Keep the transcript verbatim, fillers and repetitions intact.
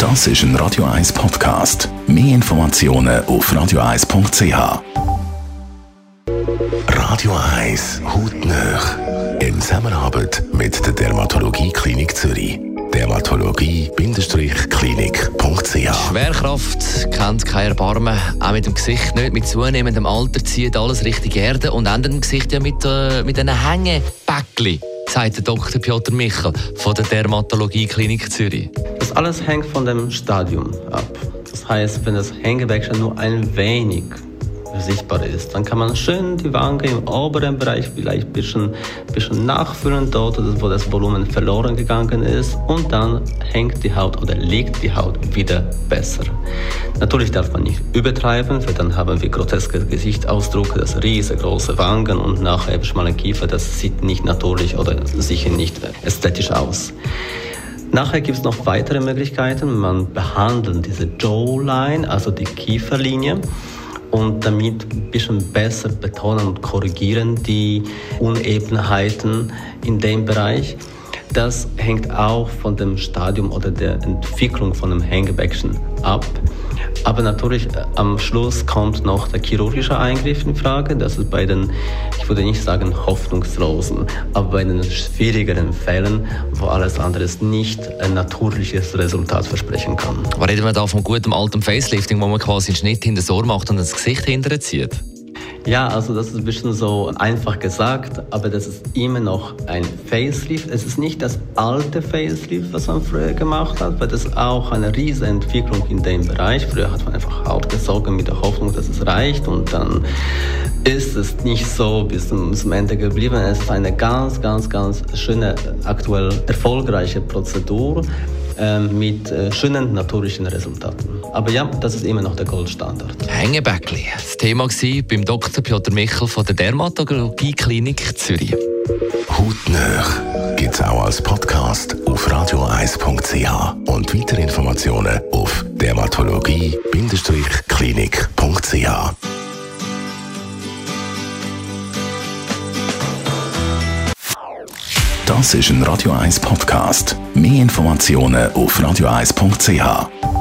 Das ist ein Radio eins Podcast. Mehr Informationen auf radio eins punkt c h. Radio eins Hautnöch. In Zusammenarbeit mit der Dermatologie-Klinik Zürich. dermatologie Klinik punkt c h. Schwerkraft kennt kein Erbarmen, auch mit dem Gesicht nicht. Mit zunehmendem Alter zieht alles Richtung Erde und endet im Gesicht ja mit, äh, mit einem Hängebäckchen, sagt der Doktor Piotr Michel von der Dermatologie-Klinik Zürich. Das alles hängt von dem Stadium ab. Das heißt, wenn das Hängebäckchen nur ein wenig sichtbar ist, dann kann man schön die Wange im oberen Bereich vielleicht ein bisschen, bisschen nachfüllen, dort, wo das Volumen verloren gegangen ist, und dann hängt die Haut oder liegt die Haut wieder besser. Natürlich darf man nicht übertreiben, weil dann haben wir groteske Gesichtsausdrücke, das riesengroße Wangen und nachher schmale Kiefer, das sieht nicht natürlich oder sicher nicht ästhetisch aus. Nachher gibt es noch weitere Möglichkeiten. Man behandelt diese Jawline, also die Kieferlinie, und damit ein bisschen besser betonen und korrigieren die Unebenheiten in dem Bereich. Das hängt auch von dem Stadium oder der Entwicklung von dem Hängebäckchen ab. Aber natürlich am Schluss kommt noch der chirurgische Eingriff in Frage. Das ist bei den, ich würde nicht sagen hoffnungslosen, aber bei den schwierigeren Fällen, wo alles andere nicht ein natürliches Resultat versprechen kann. Aber reden wir da von gutem altem Facelifting, wo man quasi einen Schnitt hinter das Ohr macht und das Gesicht hinterher zieht? Ja, also das ist ein bisschen so einfach gesagt, aber das ist immer noch ein Facelift. Es ist nicht das alte Facelift, was man früher gemacht hat, weil das ist auch eine riesige Entwicklung in dem Bereich. Früher hat man einfach Haut gesogen mit der Hoffnung, dass es reicht, und dann ist es nicht so bis zum, zum Ende geblieben. Es ist eine ganz, ganz, ganz schöne, aktuell erfolgreiche Prozedur mit äh, schönen natürlichen Resultaten. Aber ja, das ist immer noch der Goldstandard. Hängebäckli, das Thema war beim Doktor Piotr Michel von der Dermatologie-Klinik Zürich. Hautnöch gibt es auch als Podcast auf radio eins punkt c h und weitere Informationen auf dermatologie Klinik punkt c h. Das ist ein Radio eins Podcast. Mehr Informationen auf radio eins punkt c h.